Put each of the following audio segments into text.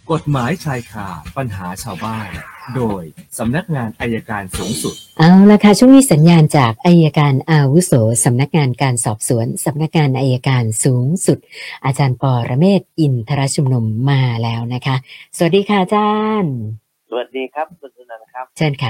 กฎหมายชายคาปัญหาชาวบ้านโดยสำนักงานอัยการสูงสุดเอาละค่ะช่วงนี้สัญญาณจากอัยการอาวุโสสำนักงานการสอบสวนสำนักงานอัยการสูงสุดอาจารย์ปรเมศวร์อินทรชุมนุมมาแล้วนะคะสวัสดีค่ะอาจารย์สวัสดีครับคุณสุนันท์ครับเชิญค่ะ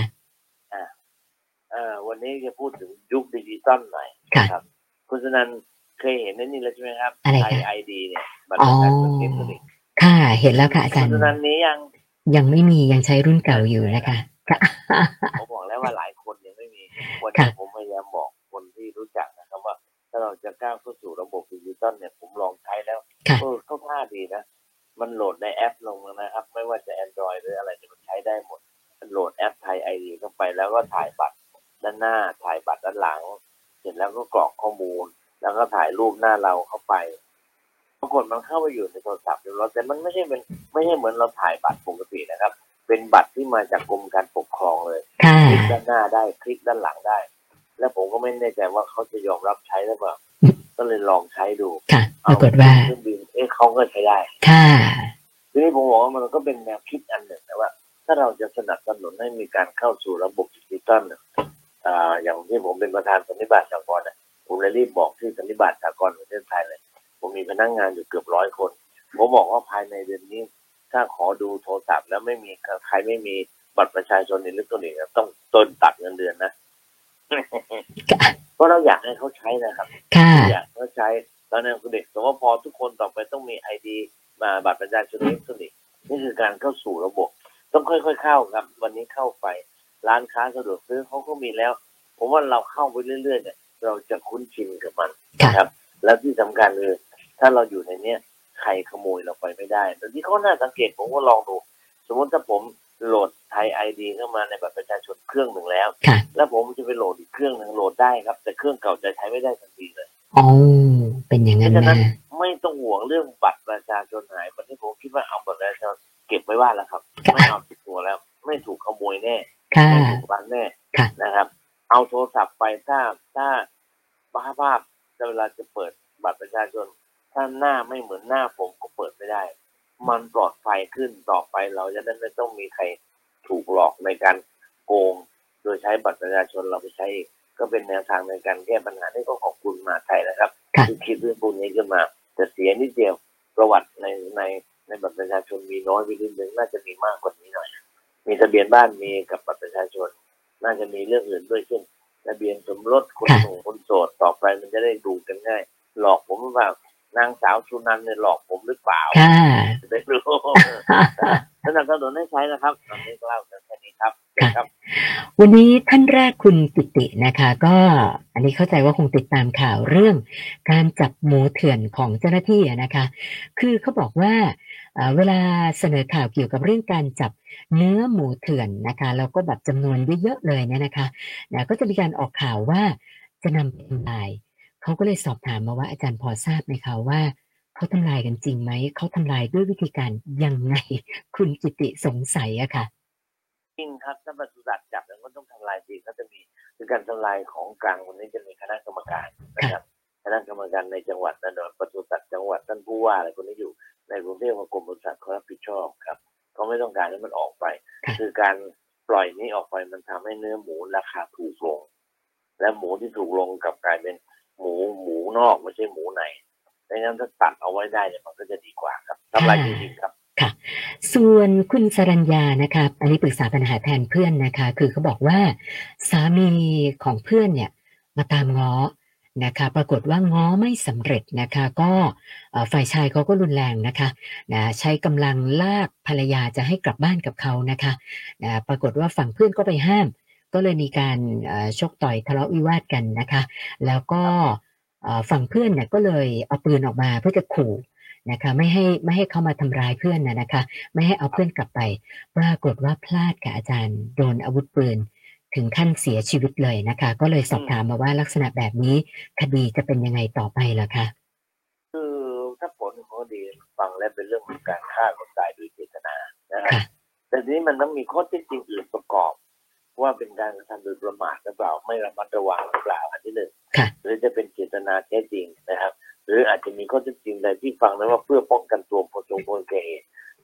วันนี้จะพูดถึงยุคดิจิตอลหน่อยครับคุณสุนันท์เคยเห็นนี่แล้วใช่ไหมครับอะไรคะ ID เนี่ยบัตรประชาชนอิเล็กทรอนิกส์ค่ะเห็นแล้วค่ะอาจารย์คุณสุนันท์นี้ยังไม่มียังใช้รุ่นเก่าอยู่นะคะผมบอกแล้วว่าหลายคนยังไม่มีวันนี้ผมพยายามบอกคนที่รู้จักนะครับว่าถ้าเราจะก้าวเข้าสู่ระบบดิจิตอลเนี่ยผมลองใช้แล้วเข้าท่าดีนะมันโหลดในแอปลงนะครับไม่ว่าจะ Android หรืออะไรมันใช้ได้หมดมันโหลดแอปไทย ID เข้าไปแล้วก็ถ่ายบัตรด้านหน้าถ่ายบัตรด้านหลังเสร็จแล้วก็กรอกข้อมูลแล้วก็ถ่ายรูปหน้าเราเข้าไปปรากฏมันเข้าไปอยู่ในโทรศัพท์เราแต่มันไม่ใช่เหมือนเราถ่ายบัตรปกตินะครับเป็นบัตรที่มาจากกรมการปกครองเลยคลิกด้านหน้าได้คลิกด้านหลังได้แล้วผมก็ไม่แน่ใจว่าเขาจะยอมรับใช้หรือเปล่าก็เลยลองใช้ดูปรากฏว่าเครื่องบินเขาก็ใช้ได้ทีนี้ผมบอกว่ามันก็เป็นแนวคิดอันหนึ่งนะว่าถ้าเราจะสนับสนุนให้มีการเข้าสู่ระบบดิจิตอลอย่างที่ผมเป็นประธานสันนิบาตสากลผมเลยรีบบอกที่สันนิบาตสากลประเทศไทยเลยผมมีพนักงานอยู่เกือบ100 คนผมบอกว่าภายในเดือนนี้ถ้าขอดูโทรศัพท์แล้วไม่มีใครไม่มีบัตรประชาชนอิเล็กทรอนิกส์ต้องต้นตัดเงินเดือนนะเพราะเราอยากให้เขาใช้นะครับอยากเขาใช้ตอนนั้นคุณเด็กแต่ว่าพอทุกคนต่อไปต้องมี ID มาบัตรประชาชนอิเล็กทรอนิกส์นี่คือการเข้าสู่ระบบต้องค่อยๆเข้าครับวันนี้เข้าไปร้านค้าสะดวกซื้อเขาก็มีแล้วผมว่าเราเข้าไปเรื่อยๆเนี่ยเราจะคุ้นชินกับมันนะครับแล้วที่สำคัญคือถ้าเราอยู่ในเนี้ยใครขโมยเราไปไม่ได้แต่ที่เขาน่าสังเกตผมก็ลองดูสมมติถ้าผมโหลดไทย ID เข้ามาในบัตรประชาชนเครื่องหนึ่งแล้วแล้วผมจะไปโหลดอีกเครื่องหนึ่งโหลดได้ครับแต่เครื่องเก่าจะใช้ไม่ได้ทันทีเลยอ๋อเป็นอย่างนั้นนะไม่ต้องห่วงเรื่องบัตรประชาชนหายวันนี้ผมคิดว่าเอาบัตรประชาชนเก็บไว้บ้านแล้วครับไม่เอาติดตัวแล้วไม่ถูกขโมยแน่ไม่ถูกลักแน่นะครับเอาโทรศัพท์ไปถ้าภาพเวลาจะเปิดบัตรประชาชนถ้าหน้าไม่เหมือนหน้าผมก็เปิดไม่ได้มันปลอดภัยขึ้นต่อไปเราจะได้ไม่ต้องมีใครถูกหลอกในการโกงโดยใช้บัตรประชาชนเราไปใช้ก็เป็นแนวทางในการแก้ปัญหาที่ก็ขอบคุณมหาไทยนะครับที่คิดเรื่องพวกนี้ขึ้นมาแต่เสียนิดเดียวประวัติในบัตรประชาชนมีน้อยไปนิดนึงน่าจะมีมากกว่านี้หน่อยมีทะเบียนบ้านมีกับบัตรประชาชนน่าจะมีเรื่องอื่นด้วยเช่นทะเบียนสมรสคนโสดต่อไปมันจะได้ดูกันง่ายหลอกผมหรือเปล่านางสาวสุนันท์เนี่ยหลอกผมหรือเปล่าจะได้รู้สนับสนุนให้ใช้นะครับตอนนี้ก็เล่ากันแค่นี้ครับวันนี้ท่านแรกคุณกิตินะคะก็อันนี้เข้าใจว่าคงติดตามข่าวเรื่องการจับหมูเถื่อนของเจ้าหน้าที่นะคะคือเขาบอกว่าเวลาเสนอข่าวเกี่ยวกับเรื่องการจับเนื้อหมูเถื่อนนะคะแล้วก็แบบจำนวนเยอะๆเลยเนี่ยนะคะก็จะมีการออกข่าวว่าจะนำไปทำลายเขาก็เลยสอบถามมาว่าอาจารย์พอทราบไหมคะว่าเขาทำลายกันจริงไหมเขาทำลายด้วยวิธีการยังไงคุณกิติสงสัยอะค่ะจริงครับถ้าปศุสัตว์จับแล้วก็ต้องทำลายจริงก็จะมีคือการทำลายของกลางวันนี้จะมีคณะกรรมการนะครับคณะกรรมการในจังหวัดนั่นโดยปศุสัตว์จังหวัดท่านผู้ว่าอะไรคนนี้อยู่ในกรุงเทพมหานครปศุสัตว์เขารับผิดชอบครับเขาไม่ต้องการให้มันออกไปคือการปล่อยนี้ออกไปมันทำให้เนื้อหมูราคาถูกลงและหมูที่ถูกลงกลับกลายเป็นหมูนอกไม่ใช่หมูในดังนั้นถ้าตัดเอาไว้ได้เนี่ยมันก็จะดีกว่าครับทำลายจริงๆครับค่ะส่วนคุณสรัญญานะคะอันนี้ปรึกษาปัญหาแทนเพื่อนนะคะคือเขาบอกว่าสามีของเพื่อนเนี่ยมาตามง้อนะคะปรากฏว่าง้อไม่สำเร็จนะคะก็ฝ่ายชายเขาก็รุนแรงนะคะใช้กำลังลากภรรยาจะให้กลับบ้านกับเขานะคะปรากฏว่าฝั่งเพื่อนก็ไปห้ามก็เลยมีการชกต่อยทะเลาะวิวาทกันนะคะแล้วก็ฝั่งเพื่อนเนี่ยก็เลยเอาปืนออกมาเพื่อจะขู่นะคะไม่ให้เขามาทำร้ายเพื่อนนะคะไม่ให้เอาเพื่อนกลับไปปรากฏว่าพลาดค่ะอาจารย์โดนอาวุธปืนถึงขั้นเสียชีวิตเลยนะคะก็เลยสอบถามมาว่าลักษณะแบบนี้คดีจะเป็นยังไงต่อไปล่ะคะคือถ้าผลของคดีฟังแล้วเป็นเรื่องของการฆ่าคนตายโดยเจตนานะครับแต่ทีนี้มันต้องมีข้อเท็จจริงอื่นประกอบว่าเป็นการกระทำโดยประมาทหรือเปล่าไม่ระมัดระวังหรือเปล่าอันที่หนึ่งหรือจะเป็นเจตนาแท้จริงนะครับหรืออาจจะมีข้อเท็จจริงใดที่ฟังแล้วว่าเพื่อป้องกันตัวผู้จงควรแก่เหตุ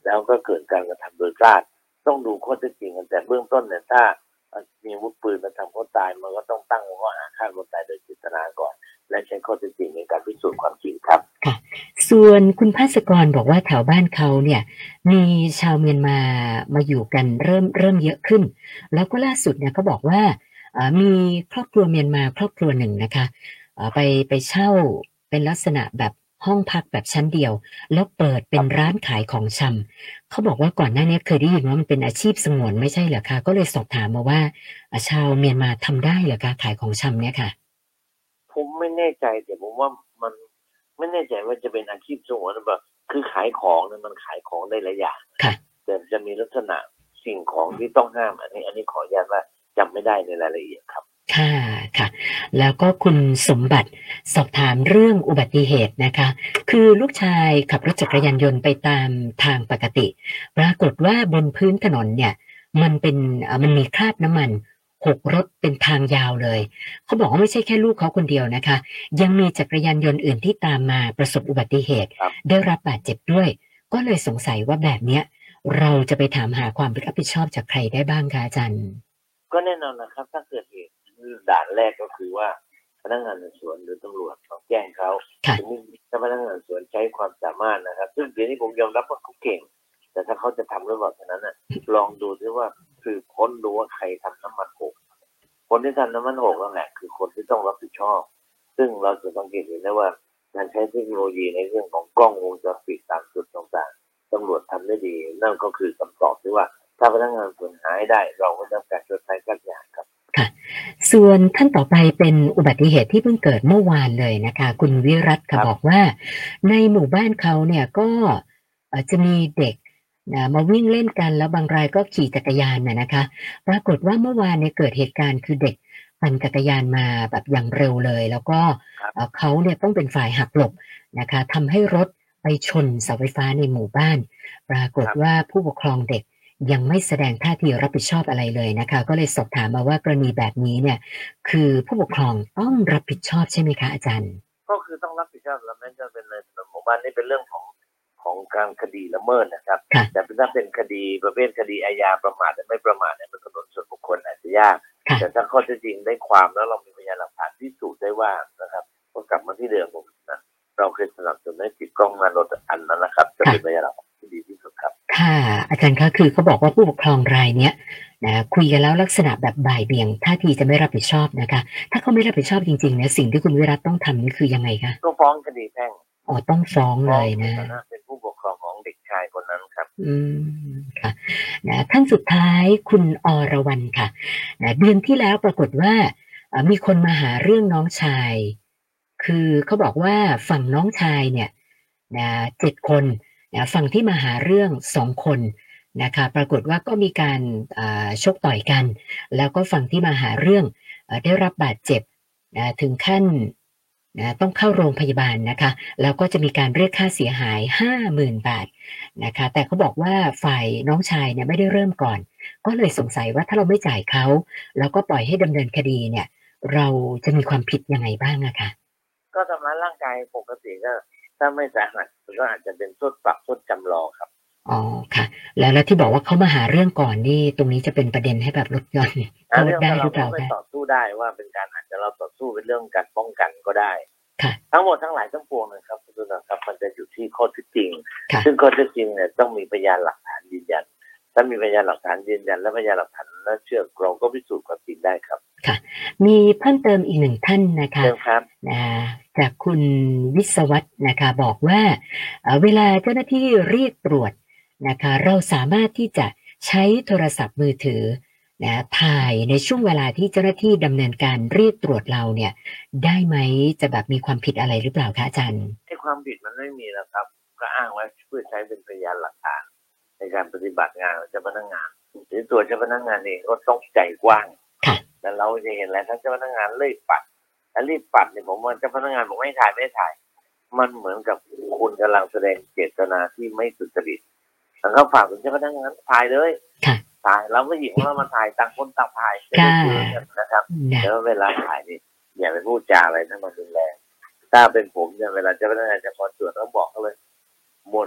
แล้วก็เกิดการกระทำโดยพลาดต้องดูข้อเท็จจริงกันแต่เบื้องต้นเนี่ยถ้ามีอาวุธปืนมาทำเขาตายมันก็ต้องตั้งข้อหาฆ่าคนตายโดยเจตนาก่อนและใช้ข้อเท็จจริงในการพิสูจน์ความจริงครับค่ะส่วนคุณภาสกรบอกว่าแถวบ้านเขาเนี่ยมีชาวเมียนมาอยู่กันเริ่มเยอะขึ้นแล้วก็ล่าสุดเนี่ยเขาบอกว่ามีครอบครัวเมียนมาครอบครัวหนึ่งนะคะไปเช่าเป็นลักษณะแบบห้องพักแบบชั้นเดียวแล้วเปิดเป็นร้านขายของชำเขาบอกว่าก่อนหน้านี้เคยได้ยินว่ามันเป็นอาชีพสงวนไม่ใช่เหรอคะก็เลยสอบถามมาว่าชาวเมียนมาทำได้เหรอคะขายของชำเนี่ยค่ะผมไม่แน่ใจแต่ผมว่ามันไม่แน่ใจว่าจะเป็นอาชีพสงวนหรือเปล่าคือขายของเนี่ยมันขายของได้หลายอย่างแต่จะมีลักษณะสิ่งของที่ต้องห้ามอันนี้ขออนุญาตว่าจำไม่ได้ในรายละเอียดครับค่ะแล้วก็คุณสมบัติสอบถามเรื่องอุบัติเหตุนะคะคือลูกชายขับรถจักรยานยนต์ไปตามทางปกติปรากฏว่าบนพื้นถนนเนี่ยมันมีคราบน้ำมันหกรถเป็นทางยาวเลยเขาบอกว่าไม่ใช่แค่ลูกเขาคนเดียวนะคะยังมีจักรยานยนต์อื่นที่ตามมาประสบอุบัติเหตุได้รับบาดเจ็บด้วยก็เลยสงสัยว่าแบบเนี้ยเราจะไปถามหาความรับผิดชอบจากใครได้บ้างคะอาจารย์ก็แน่นอนนะครับถ้าเกิดเหตุด่านแรกก็คือว่าพนักงานสอบสวนหรือตำรวจต้องแจ้งเขาทีนี้ถ้าพนักงานสอบสวนใช้ความสามารถนะครับซึ่งเดี๋ยวนี้ผมยอมรับว่าเขาเก่งแต่ถ้าเขาจะทำหรือเปล่าฉะนั้นน่ะลองดูด้วยว่าคือค้นดูว่าใครทำน้ำมันหกคนที่ทำน้ำมันหกนั่นแหละคือคนที่ต้องรับผิดชอบซึ่งเราจะสังเกตเห็นได้ว่าการใช้เทคโนโลยีในเรื่องของกล้องวงจรปิดตามจุดต่างๆตำรวจทำได้ดีนั่นก็คือคำตอบที่ว่าถ้าพนักงานสอบสวนหายได้เราก็จะการชดใช้ค่าเสียหายครับค่ะส่วนท่านต่อไปเป็นอุบัติเหตุที่เพิ่งเกิดเมื่อวานเลยนะคะคุณวิรัตค่ะบอกว่าในหมู่บ้านเขาเนี่ยก็จะมีเด็กมาวิ่งเล่นกันแล้วบางรายก็ขี่จักรยานนะคะปรากฏว่าเมื่อวานเนี่ยเกิดเหตุการณ์คือเด็กปั่นจักรยานมาแบบอย่างเร็วเลยแล้วก็เขาเนี่ยต้องเป็นฝ่ายหักหลบนะคะทำให้รถไปชนเสาไฟฟ้าในหมู่บ้านปรากฏว่าผู้ปกครองเด็กยังไม่แสดงท่าทีรับผิดชอบอะไรเลยนะคะก็เลยสอบถามมาว่ากรณีแบบนี้เนี่ยคือผู้ปกครองต้องรับผิดชอบใช่ไหมคะอาจารย์ก็คือต้องรับผิดชอบแล้วแม้จะเป็นในถนนหมู่บ้านนี่เป็นเรื่องของการคดีละเมิดนะครับแต่ถ้าเป็นคดีประเภทคดีอาญาประมาทและไม่ประมาทเนี่ยมันถนนส่วนบุคคลอาจจะยากแต่ถ้าข้อเท็จจริงได้ความแล้วเรามีพยานหลักฐานพิสูจน์ได้ว่านะครับก็กลับมาที่เดิมผมนะเราเคยสนับสนุนให้ติดกล้องหน้ารถอันนั้นนะครับจะเป็นพยานหลักฐานที่ดีที่สุดครับค่ะอาจารย์คะคือเขาบอกว่าผู้ปกครองรายเนี้ยนะคุยกันแล้วลักษณะแบบบ่ายเบี่ยงท่าทีจะไม่รับผิดชอบนะคะถ้าเขาไม่รับผิดชอบจริงๆเนี่ยสิ่งที่คุณวิรัตต้องทำนี่คือยังไงคะก็ฟ้องคดีแพ่งต้องฟ้องเลยนะเป็นผู้ปกครองของเด็กชายคนนั้นครับค่ะนะท่านสุดท้ายคุณอรวรรณค่ะนะเดือนที่แล้วปรากฏว่ามีคนมาหาเรื่องน้องชายคือเขาบอกว่าฝั่งน้องชายเนี่ยนะ7 คนนะฝั่งที่มาหาเรื่อง2 คนนะคะปรากฏว่าก็มีการชกต่อยกันแล้วก็ฝั่งที่มาหาเรื่องได้รับบาดเจ็บนะถึงขั้นนะต้องเข้าโรงพยาบาลนะคะแล้วก็จะมีการเรียกค่าเสียหาย 50,000 บาทนะคะแต่เขาบอกว่าฝ่ายน้องชายเนี่ยไม่ได้เริ่มก่อนก็เลยสงสัยว่าถ้าเราไม่จ่ายเขาแล้วก็ปล่อยให้ดำเนินคดีเนี่ยเราจะมีความผิดยังไงบ้างอะคะก็ทำร้ายร่างกายปกติก็ถ้าไม่สาหัสก็อาจจะเป็นโทษปรับโทษจำลองครับอ๋อค่ะแล้วที่บอกว่าเขามาหาเรื่องก่อนนี่ตรงนี้จะเป็นประเด็นให้แบบลดหย่อนโทษได้หรือเปล่าคะต่อสู้ได้ว่าเป็นการอาจจะเราต่อสู้เป็นเรื่องการป้องกันก็ได้ทั้งหมดทั้งหลายทั้งปวงนะครับคุณผู้ชมครับมันจะอยู่ที่ข้อเท็จจริงซึ่งข้อเท็จจริงเนี่ยต้องมีพยานหลักฐานยืนยันถ้ามีพยานหลักฐานยืนยันและพยานหลักฐานน่าเชื่อเราก็พิสูจน์ความจริงได้ครับค่ะมีเพิ่มเติมอีก1 ท่านนะคะจากคุณวิศวัฒน์นะคะบอกว่าเวลาเจ้าหน้าที่เรียกตรวจนะคะเราสามารถที่จะใช้โทรศัพท์มือถือนะถ่ายในช่วงเวลาที่เจ้าหน้าที่ดำเนินการเรียกตรวจเราเนี่ยได้ไหมจะแบบมีความผิดอะไรหรือเปล่าคะอาจารย์ที่ความผิดมันไม่มีแล้วครับก็อ้างไว้เพื่อใช้เป็นพยานหลักฐานในการปฏิบัติงานของเจ้าพนักงานหรือตัวเจ้าพนักงานเองก็ต้องใจกว้างแล้วเราจะเห็นแล้วถ้าเจ้าพนักงานรีบปัดเนี่ยผมว่าเจ้าพนักงานบอกไม่ถ่ายมันเหมือนกับคุณกำลังแสดงเจตนาที่ไม่สุจริตแล้วก็ฝากถึงเจ้าพนักงานถ่ายเลยถ่ายเราไม่หยิบเรามาถ่ายต่างคนต่างถ่ายนะครับแล้วเวลาถ่ายนี่อย่าไปพูดจาอะไรถ้ามันรุนแรงถ้าเป็นผมเนี่ยเวลาเจ้าพนักงานจะขอตรวจต้องบอกเขาเลยหมวดครับ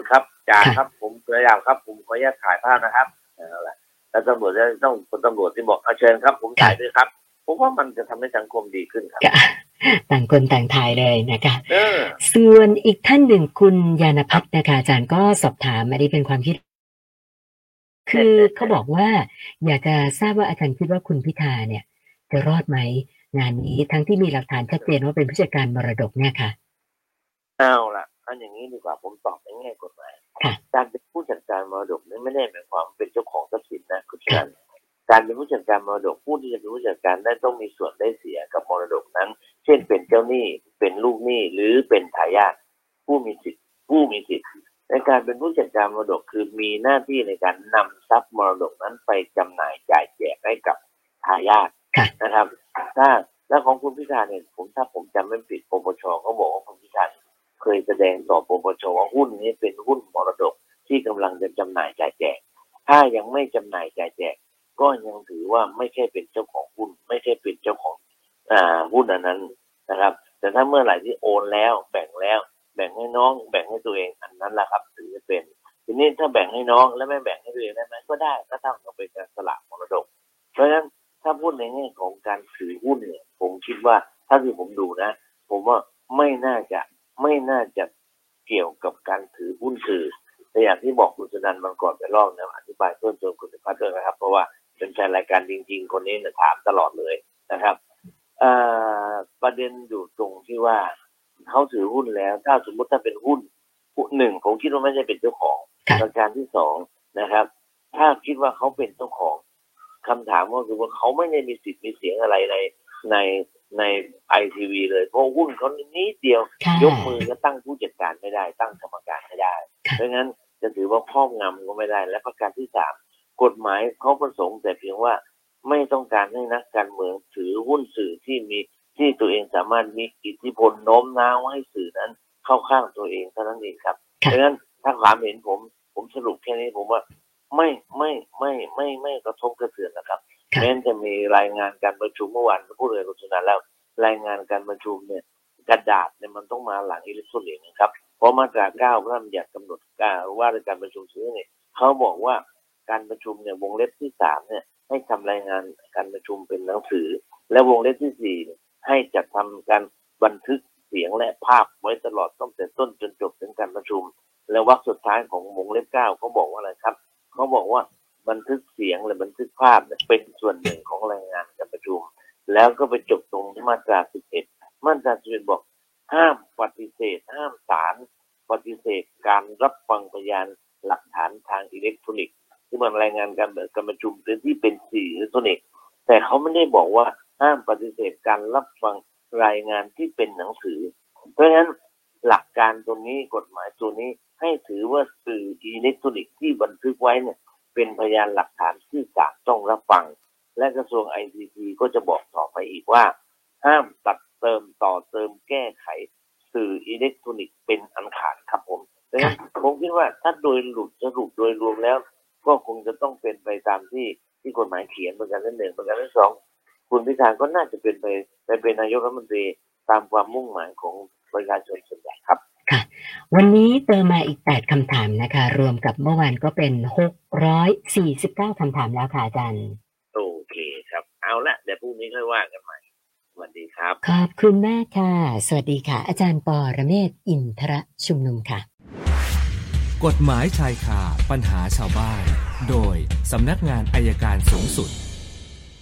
จ่าครับผมพยายามครับผมขออนุญาตถ่ายภาพนะครับนั่นแหละแล้วตำรวจจะต้องคนตำรวจที่บอกเชิญครับผมถ่ายด้วยครับผมว่ามันจะทำให้สังคมดีขึ้นครับต่างคนต่างถ่ายเลยนะคะส่วนอีกท่านหนึ่งคุณยานพัฒน์นะคะอาจารย์ก็สอบถามไม่ได้เป็นความคิดคือเขาบอกว่าอยากจะทราบว่าอาจารย์คิดว่าคุณพิธาเนี่ยจะรอดไหมงานนี้ทั้งที่มีหลักฐานชัดเจนว่าเป็นผู้จัดการมรดกเนี่ยค่ะเอาล่ะอันอย่างนี้ดีกว่าผมตอบในแง่กฎหมายการเป็นผู้จัดการมรดกนั้นไม่ได้หมายความเป็นเจ้าของทรัพย์สินนะคุณชันการเป็นผู้จัดการมรดกผู้ที่จะเป็นผู้จัดการได้ต้องมีส่วนได้เสียกับมรดกนั้นเช่นเป็นเจ้าหนี้เป็นลูกหนี้หรือเป็นทายาทผู้มีสิทธิ์ในการเป็นผู้จัดการมรดกคือมีหน้าที่ในการนำทรัพย์มรดกนั้นไปจำหน่ายจ่ายแจกให้กับทายาทนะครับถ้าของคุณพิธาเนี่ยถ้าผมจำไม่ผิดปปชเขาบอกว่าคุณพิธาเคยแสดงต่อปปชว่าหุ้นนี้เป็นหุ้นมรดกที่กำลังจะจำหน่ายจ่ายแจกถ้ายังไม่จำหน่ายจ่ายแจกก็ยังถือว่าไม่ใช่เป็นเจ้าของหุ้นไม่ใช่เป็นเจ้าของหุ้นนั้นนะครับแต่ถ้าเมื่อไหร่ที่โอนแล้วแบ่งให้น้องแบ่งให้ตัวเองอันนั้นแหละครับถือจะเป็นทีนี้ถ้าแบ่งให้น้องแล้วไม่แบ่งให้ตัวเองได้ไหมก็ได้ก็เท่ากับเป็นการสละมรดกเพราะฉะนั้นถ้าพูดในแง่ของการถือหุ้นเนี่ยผมคิดว่าถ้าที่ผมดูนะผมว่าไม่น่าจะเกี่ยวกับการถือหุ้นสื่อแต่อย่างที่บอกคุณสุนันท์บางก่อนไปลอกนะอธิบายต้นจนคุณพัฒน์ด้วยนะครับเพราะว่าเป็นแฟนรายการจริงๆคนนี้เนี่ยถามตลอดเลยนะครับประเด็นอยู่ตรงที่ว่าเขาถือหุ้นแล้วถ้าสมมติถ้าเป็นหุ้นหนึ่งผมคิดว่าไม่ใช่เป็นเจ้าของประการที่สองนะครับถ้าคิดว่าเขาเป็นเจ้าของคำถามก็คือว่าเขาไม่ได้มีสิทธิ์มีเสียงอะไรในITVเลยเพราะหุ้นเขานิดเดียวยกมือก็ตั้งผู้จัดการไม่ได้ตั้งกรรมการไม่ได้เพราะงั้นจะถือว่าครอบงำก็ไม่ได้และประการที่สามกฎหมายเขาประสงค์แต่เพียงว่าไม่ต้องการให้นักการเมืองถือหุ้นสื่อที่ตัวเองสามารถมีอิทธิพลโน้มน้าวให้สื่อนั้นเข้าข้างตัวเองเท่านั้นเองครับเพราะงั้นถ้าความเห็นผมสรุปแค่นี้ผมว่าไม่กระทบกระเทือนนะครับแม้จะมีรายงานการประชุมเมื่อวานก็พูดเลยคุณสุนันท์แล้วรายงานการประชุมเนี่ยกระดาษเนี่ยมันต้องมาหลังอิเล็กทรอนิกส์นะครับเพราะมาตรา9พระราชบัญญัติกำหนดว่าด้วยการประชุมสื่อเนี่ยเขาบอกว่าการประชุมเนี่ยวงเล็บที่3เนี่ยให้ทำรายงานการประชุมเป็นหนังสือและวงเล็บที่4ให้จัดทำการบันทึกเสียงและภาพไว้ตลอดตั้งแต่ต้นจนจบถึงการประชุมและวรรคสุดท้ายของวงเล็บ9เขาบอกว่าอะไรครับเขาบอกว่าบันทึกเสียงและบันทึกภาพเป็นส่วนหนึ่งของรายงานการประชุมแล้วก็ไปจบตรงที่มาตรา11มาตรา11บอกห้ามปฏิเสธห้ามศาลปฏิเสธการรับฟังพยานหลักฐานทางอิเล็กทรอนิกส์ที่มันรายงานการประชุมที่เป็นสื่ออิเล็กทรอนิกส์แต่เขาไม่ได้บอกว่าห้ามปฏิเสธการรับฟังรายงานที่เป็นหนังสือเพราะฉะนั้นหลักการตรงนี้กฎหมายตัวนี้ให้ถือว่าสื่ออิเล็กทรอนิกส์ที่บันทึกไว้เนี่ยเป็นพยานหลักฐานที่ศาลต้องรับฟังและกระทรวง ICT ก็จะบอกต่อไปอีกว่าห้ามตัดเติมต่อเติมแก้ไขสื่ออิเล็กทรอนิกส์เป็นอันขาดครับผมดังนั้นผมคิดว่าถ้าโดยสรุปโดยรวมแล้วก็คงจะต้องเป็นไปตามที่กฎหมายเขียนประการที่1ประการที่2คุณพิธาก็น่าจะเป็นไปเป็นนายกรัฐมนตรีตามความมุ่งหมายของประชาชนส่วนใหญ่ครับค่ะวันนี้เติมมาอีก8คำถามนะคะรวมกับเมื่อวานก็เป็น649คำถามแล้วค่ะอาจารย์โอเคครับเอาละเดี๋ยวพรุ่งนี้ค่อยว่ากันใหม่สวัสดีครับขอบคุณมากค่ะสวัสดีค่ะอาจารย์ปรเมศวร์อินทรชุมนุมค่ะกฎหมายชายคาปัญหาชาวบ้านโดยสำนักงานอัยการสูงสุด